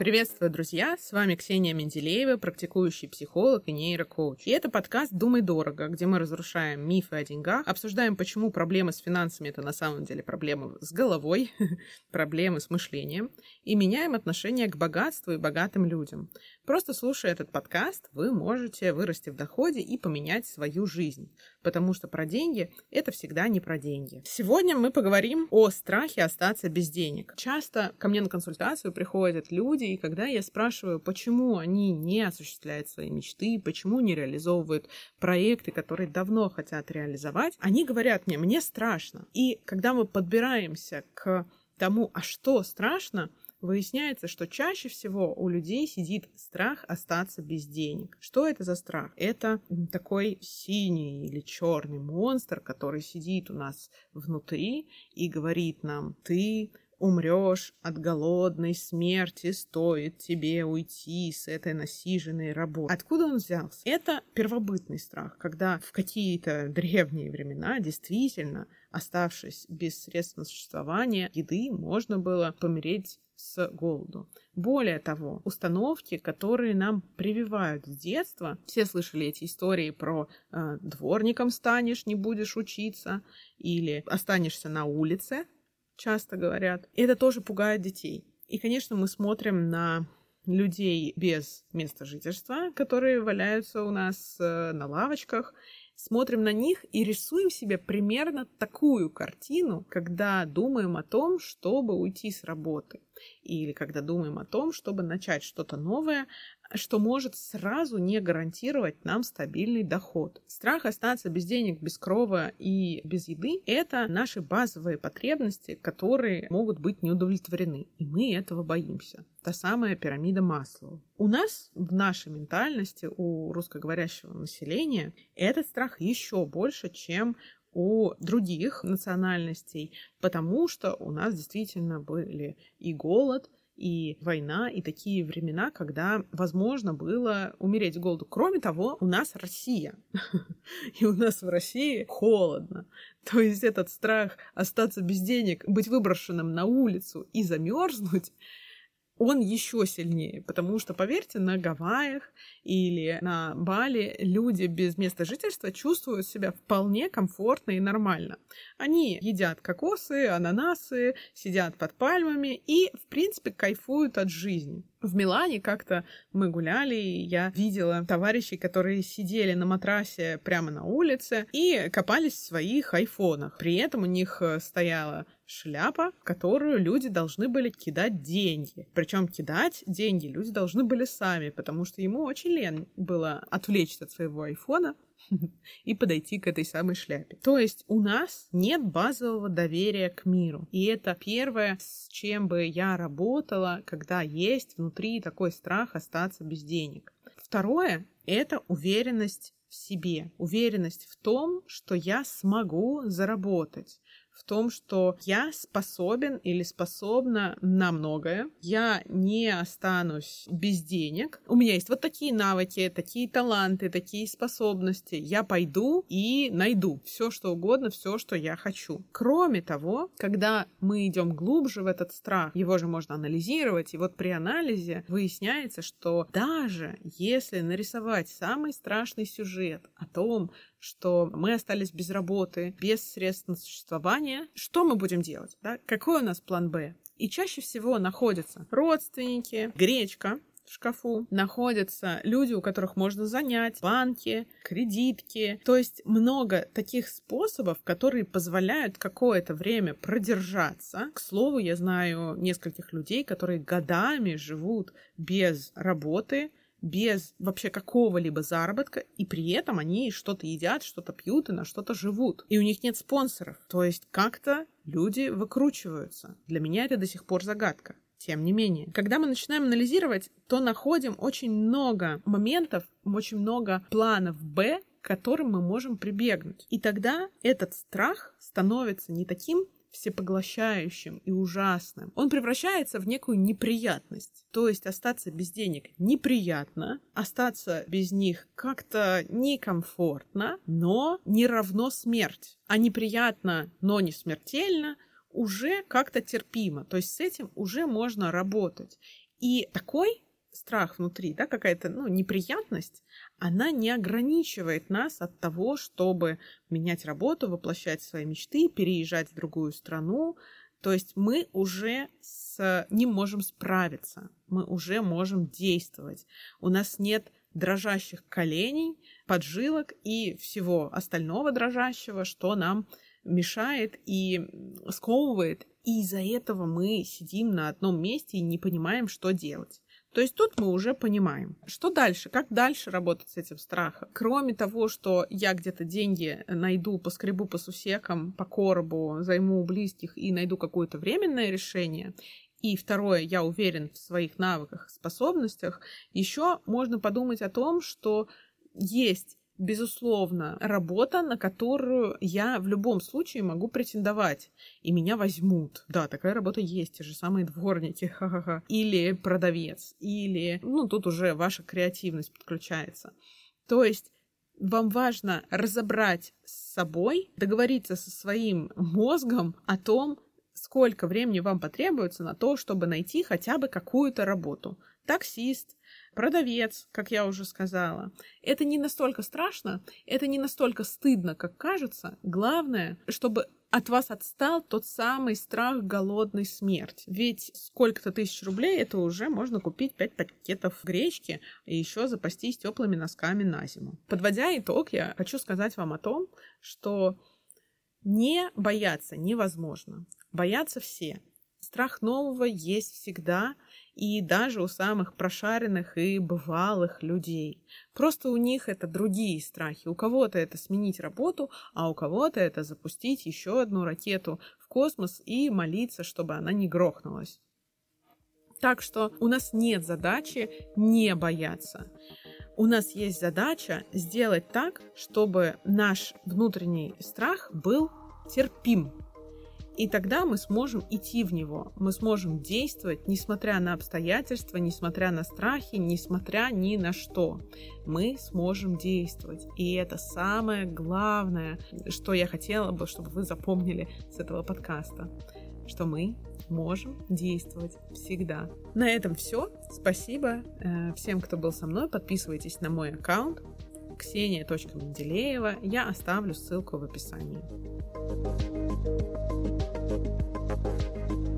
Приветствую, друзья! С вами Ксения Менделеева, практикующий психолог и нейрокоуч. И это подкаст «Думай дорого», где мы разрушаем мифы о деньгах, обсуждаем, почему проблемы с финансами — это на самом деле проблемы с головой, проблемы с мышлением, и меняем отношение к богатству и богатым людям. Просто слушая этот подкаст, вы можете вырасти в доходе и поменять свою жизнь, потому что про деньги — это всегда не про деньги. Сегодня мы поговорим о страхе остаться без денег. Часто ко мне на консультацию приходят люди, и когда я спрашиваю, почему они не осуществляют свои мечты, почему не реализовывают проекты, которые давно хотят реализовать, они говорят мне страшно. И когда мы подбираемся к тому, а что страшно, выясняется, что чаще всего у людей сидит страх остаться без денег. Что это за страх? Это такой синий или черный монстр, который сидит у нас внутри и говорит нам: ты умрешь от голодной смерти, стоит тебе уйти с этой насиженной работы. Откуда он взялся? Это первобытный страх, когда в какие-то древние времена действительно, оставшись без средств на существование, еды, можно было помереть с голоду. Более того, установки, которые нам прививают с детства, все слышали эти истории про дворником станешь, не будешь учиться, или останешься на улице, часто говорят. Это тоже пугает детей. И, конечно, мы смотрим на людей без места жительства, которые валяются у нас на лавочках, смотрим на них и рисуем себе примерно такую картину, когда думаем о том, чтобы уйти с работы, или когда думаем о том, чтобы начать что-то новое, что может сразу не гарантировать нам стабильный доход. Страх остаться без денег, без крова и без еды — это наши базовые потребности, которые могут быть не удовлетворены, и мы этого боимся. Та самая пирамида Маслоу. У нас в нашей ментальности, у русскоговорящего населения, этот страх еще больше, чем у других национальностей, потому что у нас действительно были и голод, и война, и такие времена, когда возможно было умереть с голоду. Кроме того, у нас Россия, и у нас в России холодно. То есть этот страх остаться без денег, быть выброшенным на улицу и замерзнуть, он еще сильнее, потому что, поверьте, на Гавайях или на Бали люди без места жительства чувствуют себя вполне комфортно и нормально. Они едят кокосы, ананасы, сидят под пальмами и, в принципе, кайфуют от жизни. В Милане как-то мы гуляли, и я видела товарищей, которые сидели на матрасе прямо на улице и копались в своих айфонах. При этом у них стояла шляпа, в которую люди должны были кидать деньги. Причем кидать деньги люди должны были сами, потому что ему очень лень было отвлечься от своего айфона и подойти к этой самой шляпе. То есть у нас нет базового доверия к миру. И это первое, с чем бы я работала, когда есть внутри такой страх остаться без денег. Второе — это уверенность в себе. Уверенность в том, что я смогу заработать. В том, что я способен или способна на многое, я не останусь без денег, у меня есть вот такие навыки, такие таланты, такие способности, я пойду и найду все, что угодно, все, что я хочу. Кроме того, когда мы идем глубже в этот страх, его же можно анализировать, и вот при анализе выясняется, что даже если нарисовать самый страшный сюжет о том, что мы остались без работы, без средств на существование, что мы будем делать? Да? Какой у нас план «Б»? И чаще всего находятся родственники, гречка в шкафу, находятся люди, у которых можно занять, банки, кредитки. То есть много таких способов, которые позволяют какое-то время продержаться. К слову, я знаю нескольких людей, которые годами живут без работы, без вообще какого-либо заработка, и при этом они что-то едят, что-то пьют и на что-то живут. И у них нет спонсоров. То есть как-то люди выкручиваются. Для меня это до сих пор загадка. Тем не менее, когда мы начинаем анализировать, то находим очень много моментов, очень много планов «Б», к которым мы можем прибегнуть. И тогда этот страх становится не таким всепоглощающим и ужасным. Он превращается в некую неприятность. То есть остаться без денег неприятно, остаться без них как-то некомфортно, но не равно смерть. А неприятно, но не смертельно уже как-то терпимо. То есть с этим уже можно работать. И такой страх внутри, да, какая-то неприятность, она не ограничивает нас от того, чтобы менять работу, воплощать свои мечты, переезжать в другую страну. То есть мы уже с ним можем справиться, мы уже можем действовать. У нас нет дрожащих коленей, поджилок и всего остального дрожащего, что нам мешает и сковывает. И из-за этого мы сидим на одном месте и не понимаем, что делать. То есть тут мы уже понимаем, что дальше, как дальше работать с этим страхом. Кроме того, что я где-то деньги найду, поскребу по сусекам, по коробу, займу у близких и найду какое-то временное решение. И второе, я уверен в своих навыках, способностях. Еще можно подумать о том, что есть, безусловно, работа, на которую я в любом случае могу претендовать, и меня возьмут. Да, такая работа есть, те же самые дворники, ха-ха-ха. Или продавец, или, тут уже ваша креативность подключается. То есть вам важно разобрать с собой, договориться со своим мозгом о том, сколько времени вам потребуется на то, чтобы найти хотя бы какую-то работу. Таксист, продавец, как я уже сказала. Это не настолько страшно, это не настолько стыдно, как кажется. Главное, чтобы от вас отстал тот самый страх голодной смерти. Ведь сколько-то тысяч рублей, это уже можно купить 5 пакетов гречки и еще запастись теплыми носками на зиму. Подводя итог, я хочу сказать вам о том, что не бояться невозможно. Боятся все. Страх нового есть всегда, и даже у самых прошаренных и бывалых людей. Просто у них это другие страхи. У кого-то это сменить работу, а у кого-то это запустить еще одну ракету в космос и молиться, чтобы она не грохнулась. Так что у нас нет задачи не бояться. У нас есть задача сделать так, чтобы наш внутренний страх был терпим. И тогда мы сможем идти в него, мы сможем действовать, несмотря на обстоятельства, несмотря на страхи, несмотря ни на что. Мы сможем действовать. И это самое главное, что я хотела бы, чтобы вы запомнили с этого подкаста, что мы можем действовать всегда. На этом все. Спасибо всем, кто был со мной. Подписывайтесь на мой аккаунт Ksenia.Менделеева. Я оставлю ссылку в описании.